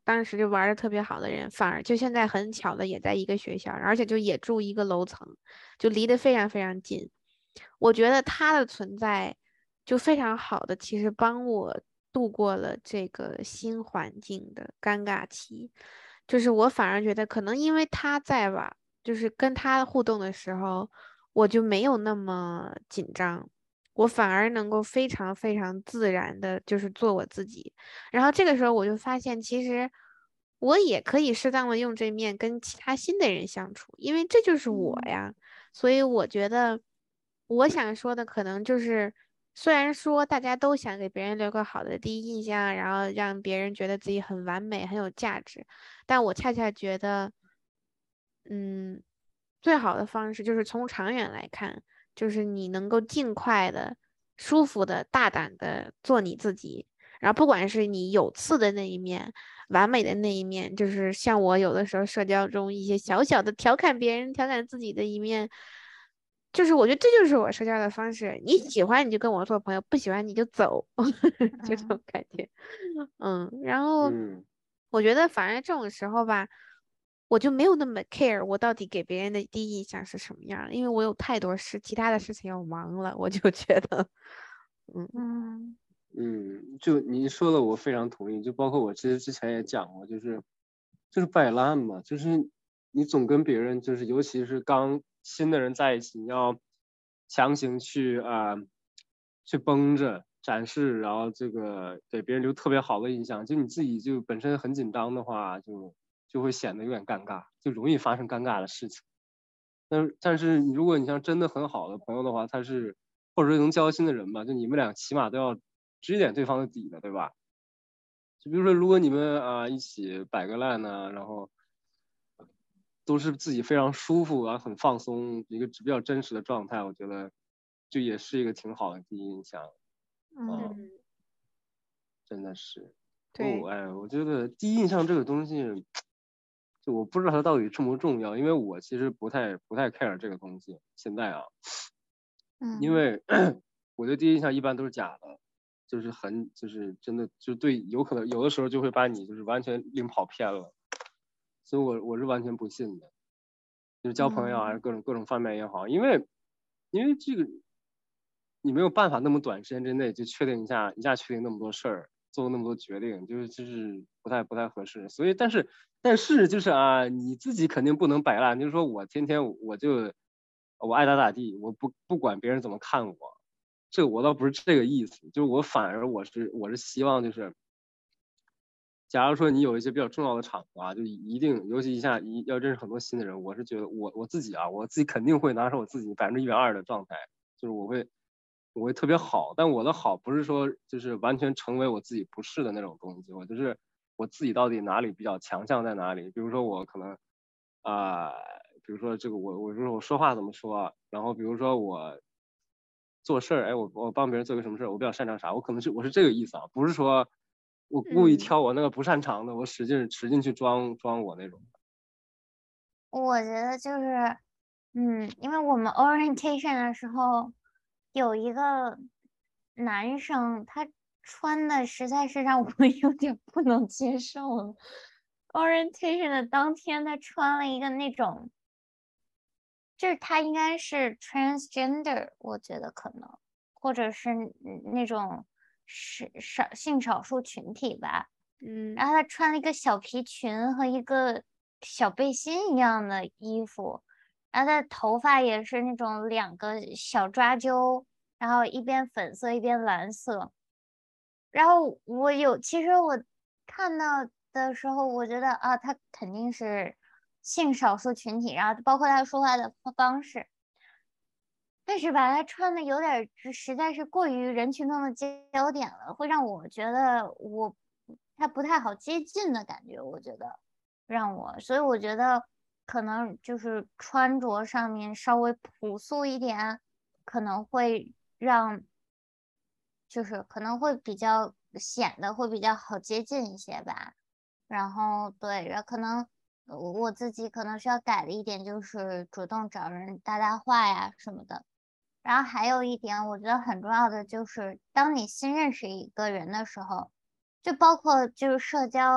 当时就玩的特别好的人，反而就现在很巧的也在一个学校，而且就也住一个楼层，就离得非常非常近。我觉得他的存在就非常好的，其实帮我度过了这个新环境的尴尬期。就是我反而觉得可能因为他在吧，就是跟他互动的时候，我就没有那么紧张，我反而能够非常非常自然的，就是做我自己。然后这个时候我就发现，其实我也可以适当的用这面跟其他新的人相处，因为这就是我嗯呀。所以我觉得，我想说的可能就是，虽然说大家都想给别人留个好的第一印象，然后让别人觉得自己很完美、很有价值，但我恰恰觉得，嗯，最好的方式就是从长远来看，就是你能够尽快的、舒服的、大胆的做你自己。然后，不管是你有刺的那一面，完美的那一面，就是像我有的时候社交中一些小小的调侃别人、调侃自己的一面，就是我觉得这就是我社交的方式。你喜欢你就跟我做朋友，不喜欢你就走，就这种嗯感觉。嗯，然后嗯我觉得反正这种时候吧，我就没有那么 care 我到底给别人的第一印象是什么样儿因为我有太多事，其他的事情要忙了，我就觉得，嗯嗯嗯，就您说的我非常同意，就包括我其实之前也讲过，就是就是摆烂嘛，就是你总跟别人就是尤其是刚新的人在一起，你要强行去啊、去绷着展示，然后这个给别人留特别好的印象，就你自己就本身很紧张的话，就就会显得有点尴尬，就容易发生尴尬的事情。但是但是如果你像真的很好的朋友的话，他是或者说能交心的人吧，就你们俩起码都要知一点对方的底的，对吧？就比如说，如果你们啊、一起摆个烂呢，然后都是自己非常舒服啊，很放松，一个比较真实的状态，我觉得就也是一个挺好的第一印象啊， 嗯嗯， 真的是。哦， 对， 哎，我觉得第一印象这个东西，就我不知道它到底重不重要，因为我其实不太不太 care 这个东西。现在啊，因嗯为我对第一印象一般都是假的，就是很就是真的就对，有可能有的时候就会把你就是完全领跑偏了，所以我我是完全不信的，就是交朋友啊还是嗯各种各种方面也好，因为因为这个你没有办法那么短时间之内就确定一下一下确定那么多事儿，做那么多决定，就是就是不太不太合适。所以但是但是就是啊，你自己肯定不能摆烂，就是说我天天我就我爱咋咋地，我不不管别人怎么看我，这我倒不是这个意思，就是我反而我是我是希望就是，假如说你有一些比较重要的场合啊，就一定尤其一下一要认识很多新的人，我是觉得我我自己啊，我自己肯定会拿出我自己百分之一百二的状态，就是我会我会特别好，但我的好不是说就是完全成为我自己不是的那种东西，我就是我自己到底哪里比较强项在哪里，比如说我可能啊、比如说这个我我说我说话怎么说，然后比如说我做事儿，哎，我我帮别人做个什么事儿，我比较擅长啥，我可能是我是这个意思啊，不是说我故意嗯挑我那个不擅长的，我使劲使劲去装装我那种。 我觉得就是，嗯，因为我们 orientation 的时候有一个男生，他穿的实在是让我有点不能接受了。orientation 的当天，他穿了一个那种，就是他应该是 transgender，我觉得可能，或者是嗯那种是少性少数群体吧。 嗯然后他穿了一个小皮裙和一个小背心一样的衣服，然后他的头发也是那种两个小抓阄，然后一边粉色一边蓝色。然后我有，其实我看到的时候，我觉得啊，他肯定是性少数群体，然后包括他说话的方式，但是吧，他穿的有点儿就实在是过于人群中的焦点了，会让我觉得我他不太好接近的感觉。我觉得让我，所以我觉得可能就是穿着上面稍微朴素一点，可能会让就是可能会比较显得会比较好接近一些吧。然后对，然后可能我我自己可能需要改的一点就是主动找人搭搭话呀什么的。然后还有一点，我觉得很重要的就是，当你新认识一个人的时候，就包括就是社交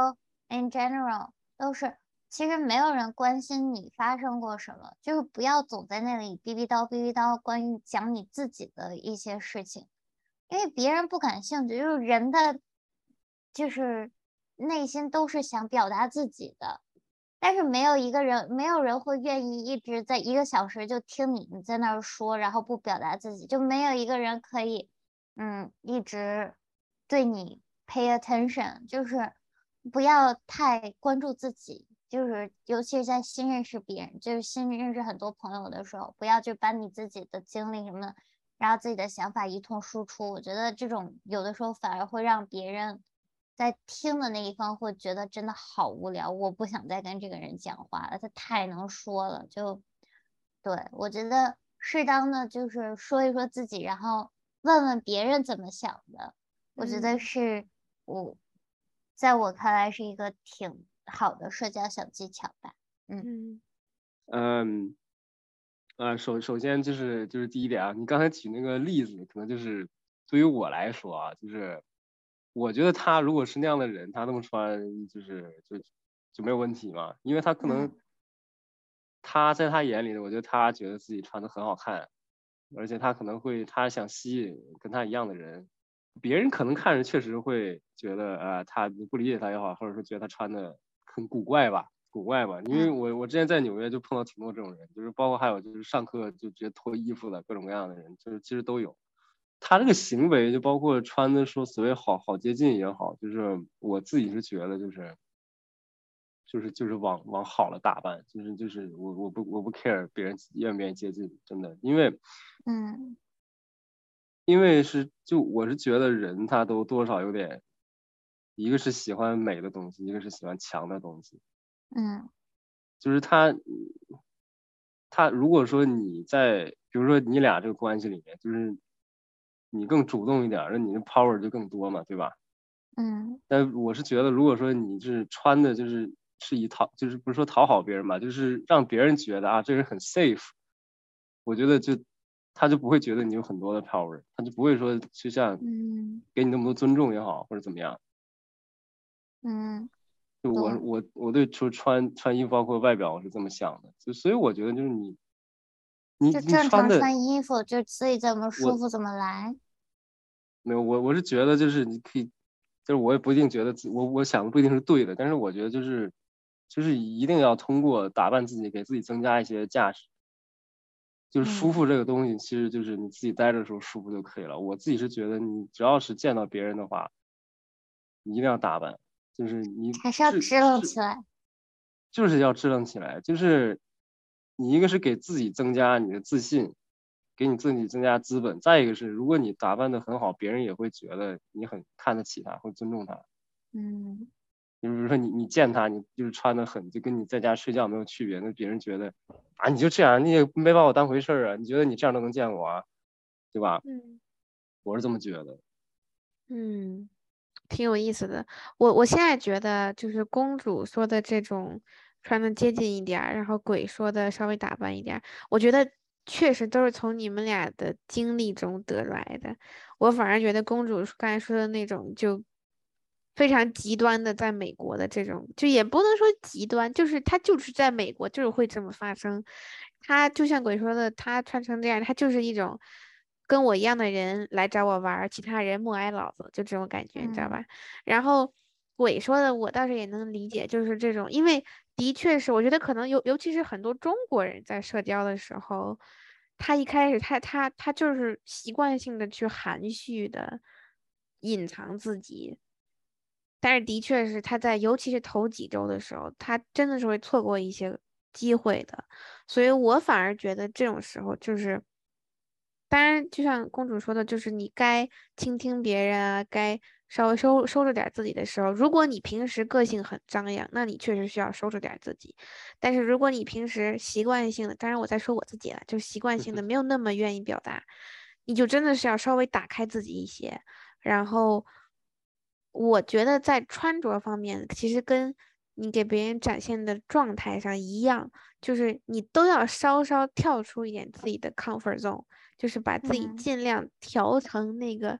in general 都是，其实没有人关心你发生过什么，就是不要总在那里逼逼叨逼逼叨关于讲你自己的一些事情，因为别人不感兴趣，就是人的就是内心都是想表达自己的，但是没有一个人，没有人会愿意一直在一个小时就听你你在那儿说，然后不表达自己，就没有一个人可以，嗯，一直对你 pay attention，就是不要太关注自己，就是尤其是在新认识别人，就是新认识很多朋友的时候，不要就把你自己的经历什么的，然后自己的想法一通输出，我觉得这种有的时候反而会让别人在听的那一方会觉得真的好无聊，我不想再跟这个人讲话了，他太能说了。就对，我觉得适当的就是说一说自己，然后问问别人怎么想的，我觉得嗯是我在我看来是一个挺好的社交小技巧吧。 嗯嗯，呃，首首先就是就是第一点啊，你刚才举那个例子，可能就是对于我来说啊，就是我觉得他如果是那样的人，他那么穿就是就就没有问题嘛，因为他可能嗯他在他眼里，我觉得他觉得自己穿的很好看，而且他可能会他想吸引跟他一样的人，别人可能看着确实会觉得啊、呃他不理解他也好，或者说觉得他穿的很古怪吧。古怪吧，因为嗯我我之前在纽约就碰到挺多这种人，就是包括还有就是上课就直接脱衣服的各种各样的人，就是其实都有。他这个行为就包括穿的说所谓好好接近也好，就是我自己是觉得就是就是就是往往好了打扮，就是就是我我不我不 care 别人愿不愿意接近，真的，因为嗯因为是就我是觉得人他都多少有点，一个是喜欢美的东西，一个是喜欢强的东西。 嗯就是他，他如果说你在，比如说你俩这个关系里面，就是你更主动一点，那你的 power 就更多嘛，对吧？ 嗯但我是觉得，如果说你是穿的，就是是以讨，就是不是说讨好别人吧，就是让别人觉得啊，这人很 safe，我觉得就他就不会觉得你有很多的 power，他就不会说就像嗯给你那么多尊重也好，或者怎么样。 嗯， 就我懂。 我我对说穿穿衣服包括外表我是这么想的，就所以我觉得就是你你就你正常穿的穿衣服，就自己怎么舒我服怎么来。 没有我我是觉得就是你可以，就是我也不一定觉得自我我想的不一定是对的，但是我觉得就是就是一定要通过打扮自己给自己增加一些价值，就是舒嗯， 服这个东西其实就是你自己待着的时候舒服就可以了。我自己是觉得你只要是见到别人的话，你一定要打扮，就是你还是要是支棱是起来。 就是要支棱起来，就是你一个是给自己增加你的自信，给你自己增加资本，再一个是如果你打扮的很好，别人也会觉得你很看得起他，会尊重他。 嗯你比如说你你见他，你就是穿的很，就跟你在家睡觉没有区别，那别人觉得啊你就这样，你也没把我当回事儿啊，你觉得你这样都能见我啊，对吧？ 嗯我是这么觉得。 嗯，挺有意思的。我我现在觉得，就是公主说的这种穿的接近一点儿，然后鬼说的稍微打扮一点儿，我觉得确实都是从你们俩的经历中得来的。我反而觉得公主刚才说的那种就非常极端的，在美国的这种，就也不能说极端，就是她就是在美国就是会这么发生。她就像鬼说的，她穿成这样，她就是一种跟我一样的人来找我玩儿，其他人默哀老子，就这种感觉，你知道嗯吧？然后鬼说的，我倒是也能理解，就是这种，因为的确是，我觉得可能尤尤其是很多中国人在社交的时候，他一开始他他他就是习惯性的去含蓄的隐藏自己，但是的确是他在尤其是头几周的时候，他真的是会错过一些机会的，所以我反而觉得这种时候就是。当然，就像公主说的，就是你该倾听别人啊，该稍微收收着点自己的时候，如果你平时个性很张扬，那你确实需要收着点自己。但是如果你平时习惯性的，当然我在说我自己了，就习惯性的没有那么愿意表达，你就真的是要稍微打开自己一些。然后，我觉得在穿着方面，其实跟你给别人展现的状态上一样，就是你都要稍稍跳出一点自己的 comfort zone。就是把自己嗯尽量调成那个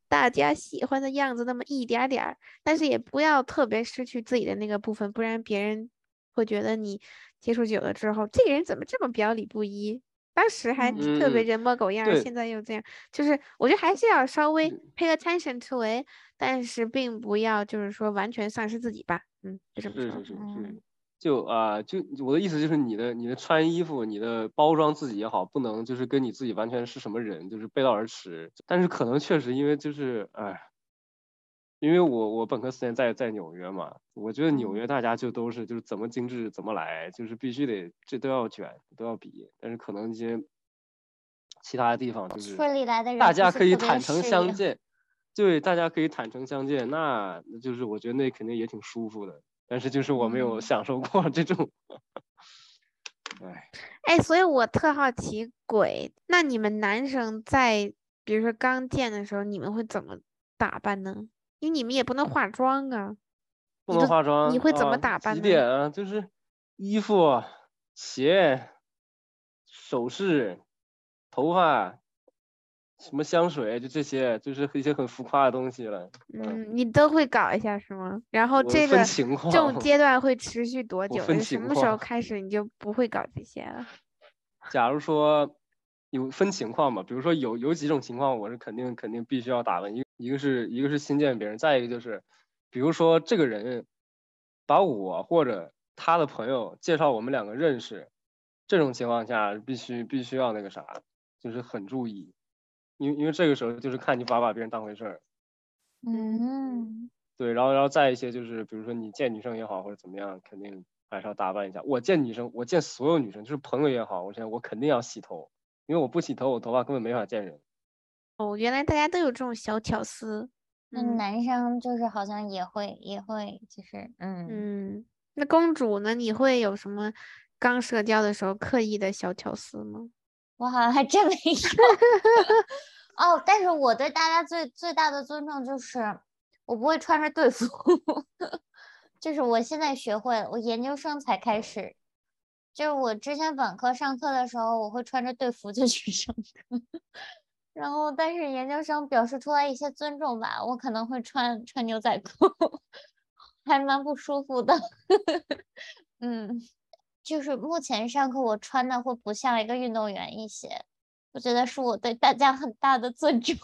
大家喜欢的样子那么一点点儿，但是也不要特别失去自己的那个部分，不然别人会觉得你接触久了之后，这个人怎么这么表里不一？当时还嗯特别嗯嗯， 人模狗样儿， 对现在又这样，就是我觉得还是要稍微对 pay attention to it，但是并不要就是说完全丧失自己吧。嗯，就这么说。 是是是嗯是，就啊、就我的意思就是你的你的穿衣服，你的包装自己也好，不能就是跟你自己完全是什么人，就是背道而驰。但是可能确实因为就是哎，因为我我本科时间在在纽约嘛，我觉得纽约嗯， 大家就都是就是怎么精致怎么来，就是必须得这都要卷都要比。但是可能一些其他的地方就是村里来的大家人不是特别可以坦诚适应。 相见，对，大家可以坦诚相见，那那就是我觉得那肯定也挺舒服的。但是就是我没有嗯享受过这种，哎， 哎，所以我特好奇鬼，那你们男生在比如说刚见的时候，你们会怎么打扮呢？因为你们也不能化妆啊，你都不能化你会怎么妆啊，几打扮呢？ 点啊？就是衣服、鞋、首饰、头发、什么香水，就这些，就是一些很浮夸的东西了。嗯， 嗯，你都会搞一下是吗？然后我分这个情况， 这种阶段会持续多久？ 我分呃什么时候情况。 开始你就不会搞这些了？ 假如说有分情况嘛，比如说有有几种情况我是肯定肯定必须要打扮，一一个是一个是新见别人，再一个就是比如说这个人把我或者他的朋友介绍我们两个认识，这种情况下必须必须要那个啥，就是很注意，因为因为这个时候就是看你把不把别人当回事儿。 嗯对，然后然后再一些就是比如说你见女生也好或者怎么样，肯定还是要打扮一下。我见女生，我见所有女生，就是朋友也好，我现在我肯定要洗头，因为我不洗头，我头发根本没法见人。 哦，原来大家都有这种小巧思。 那嗯男生就是好像也会也会就是嗯， 嗯，那公主呢？你会有什么刚社交的时候刻意的小巧思吗？ 我好像还真没有。哦，但是我对大家最最大的尊重就是我不会穿着队服。就是我现在学会了，我研究生才开始。就是我之前本科上课的时候，我会穿着队服就去上课。然后但是研究生表示出来一些尊重吧，我可能会穿穿牛仔裤。还蛮不舒服的。嗯，就是目前上课我穿的会不像一个运动员一些，我觉得是我对大家很大的尊重。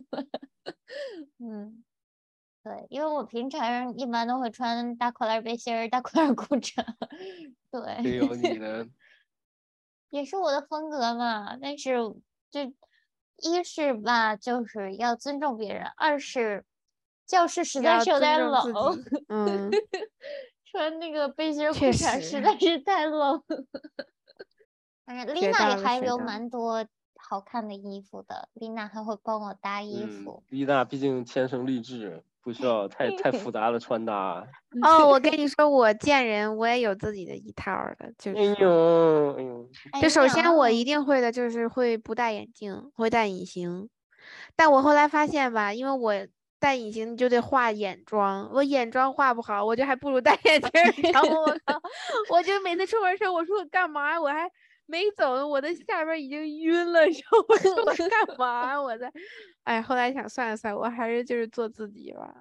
嗯，对，因为我平常一般都会穿大跨栏背心儿、大跨栏裤衩。 也有对， 你的， 也是我的风格嘛。但是就一是吧，就是要尊重别人；二是教室实在要是有点冷。 尊重自己。嗯， 穿那个背心儿裤确衩实实在是太冷。反正丽娜也学到了， 还有学到了。 蛮多好看的衣服的，丽娜还会帮我搭衣嗯， 服。 丽娜毕竟天生丽质，不需要太太复杂的穿搭。 哦，我跟你说，我见人我也有自己的一套儿的，就哎是说， 呦哎呦， 哎就首先我呀， 一定会的就是会不戴眼镜，会戴隐形。但我后来发现吧，因为我戴隐形就得化眼妆，我眼妆化不好，我就还不如戴眼镜儿，你知道吗？我靠，我就每次出门时候，我说我干嘛？我还没走，我的下边已经晕了，你知道吗？我说我干嘛？我在，哎，后来想算了算了，我还是就是做自己吧。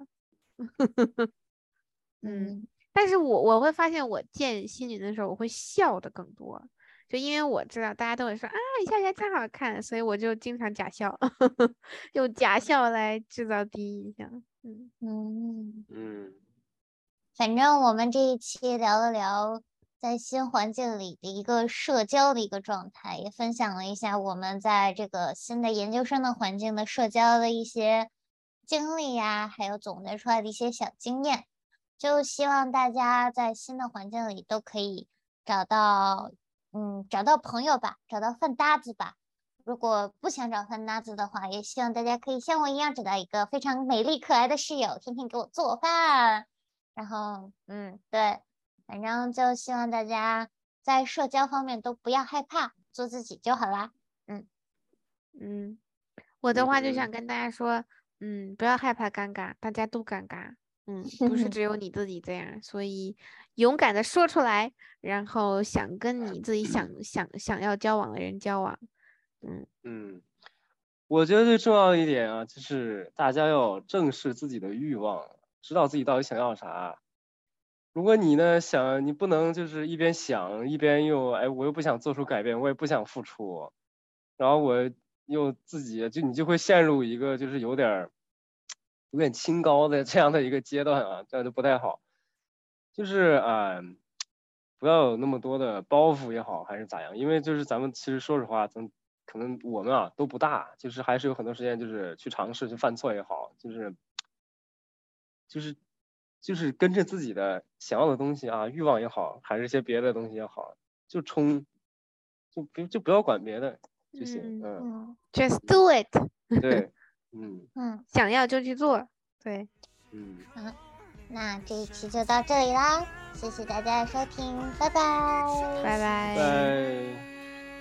嗯， 嗯， 但是我我会发现，我见新人的时候，我会笑的更多，就因为我知道大家都会说啊，你笑起来真好看，所以我就经常假笑，用假笑来制造第一印象。嗯嗯， 嗯反正我们这一期聊了聊在新环境里的一个社交的一个状态，也分享了一下我们在这个新的研究生的环境的社交的一些经历呀，还有总结出来的一些小经验。就希望大家在新的环境里都可以找到，嗯，找到朋友吧，找到饭搭子吧。如果不想找饭搭子的话，也希望大家可以像我一样找到一个非常美丽可爱的室友，天天给我做饭。然后，嗯，对，反正就希望大家在社交方面都不要害怕，做自己就好啦。嗯嗯，我的话就想嗯跟大家说，嗯，不要害怕尴尬，大家都尴尬。嗯，不是只有你自己这样，所以勇敢的说出来，然后想跟你自己想想想要交往的人交往。嗯嗯， 我觉得最重要的一点啊，就是大家要正视自己的欲望，知道自己到底想要啥。如果你呢想，你不能就是一边想一边又哎，我又不想做出改变，我也不想付出，然后我又自己就你就会陷入一个就是有点有点清高的这样的一个阶段啊，这样就不太好。就是啊、呃，不要有那么多的包袱也好，还是咋样？因为就是咱们其实说实话，咱可能我们啊都不大，就是还是有很多时间就是去尝试去犯错也好，就是就是就是跟着自己的想要的东西啊，欲望也好，还是一些别的东西也好，就冲，就不就不要管别的就行。 嗯嗯嗯 ，just do it。 对，嗯嗯想要就去做。对， 嗯， 好，那这一期就到这里啦，谢谢大家的收听，拜拜。 拜拜。 拜。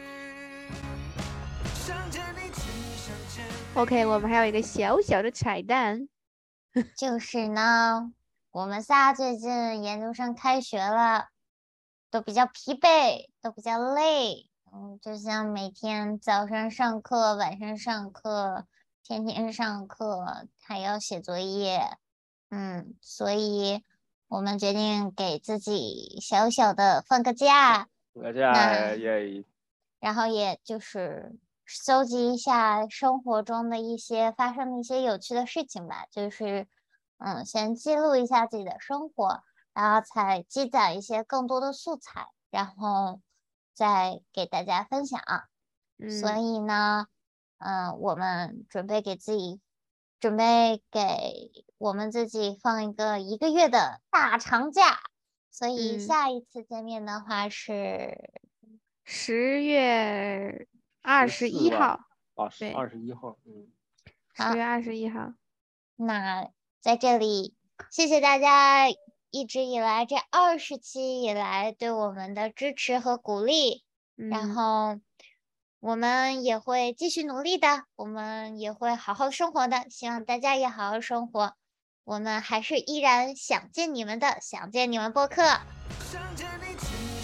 OK，我们还有一个小小的彩蛋。 就是呢，我们仨最近研究生开学了，都比较疲惫，都比较累。嗯，就像每天早上上课，晚上上课，天天上课，还要写作业。嗯，所以我们决定给自己小小的放个假， 我这那也然后也就是搜集一下生活中的一些发生的一些有趣的事情吧，就是嗯，先记录一下自己的生活，然后才积攒一些更多的素材，然后再给大家分享。所嗯以呢，嗯，我们准备给自己准备给我们自己放一个一个月的大长假，所以嗯， 下一次见面的话是十月二十一十四吧号。 啊， 对二十一号，嗯， 好十月二十一号。 那在这里，谢谢大家一直以来这二十期以来对我们的支持和鼓励，然嗯， 后我们也会继续努力的，我们也会好好生活的，希望大家也好好生活。我们还是依然想见你们的，想见你们播客。 想见你。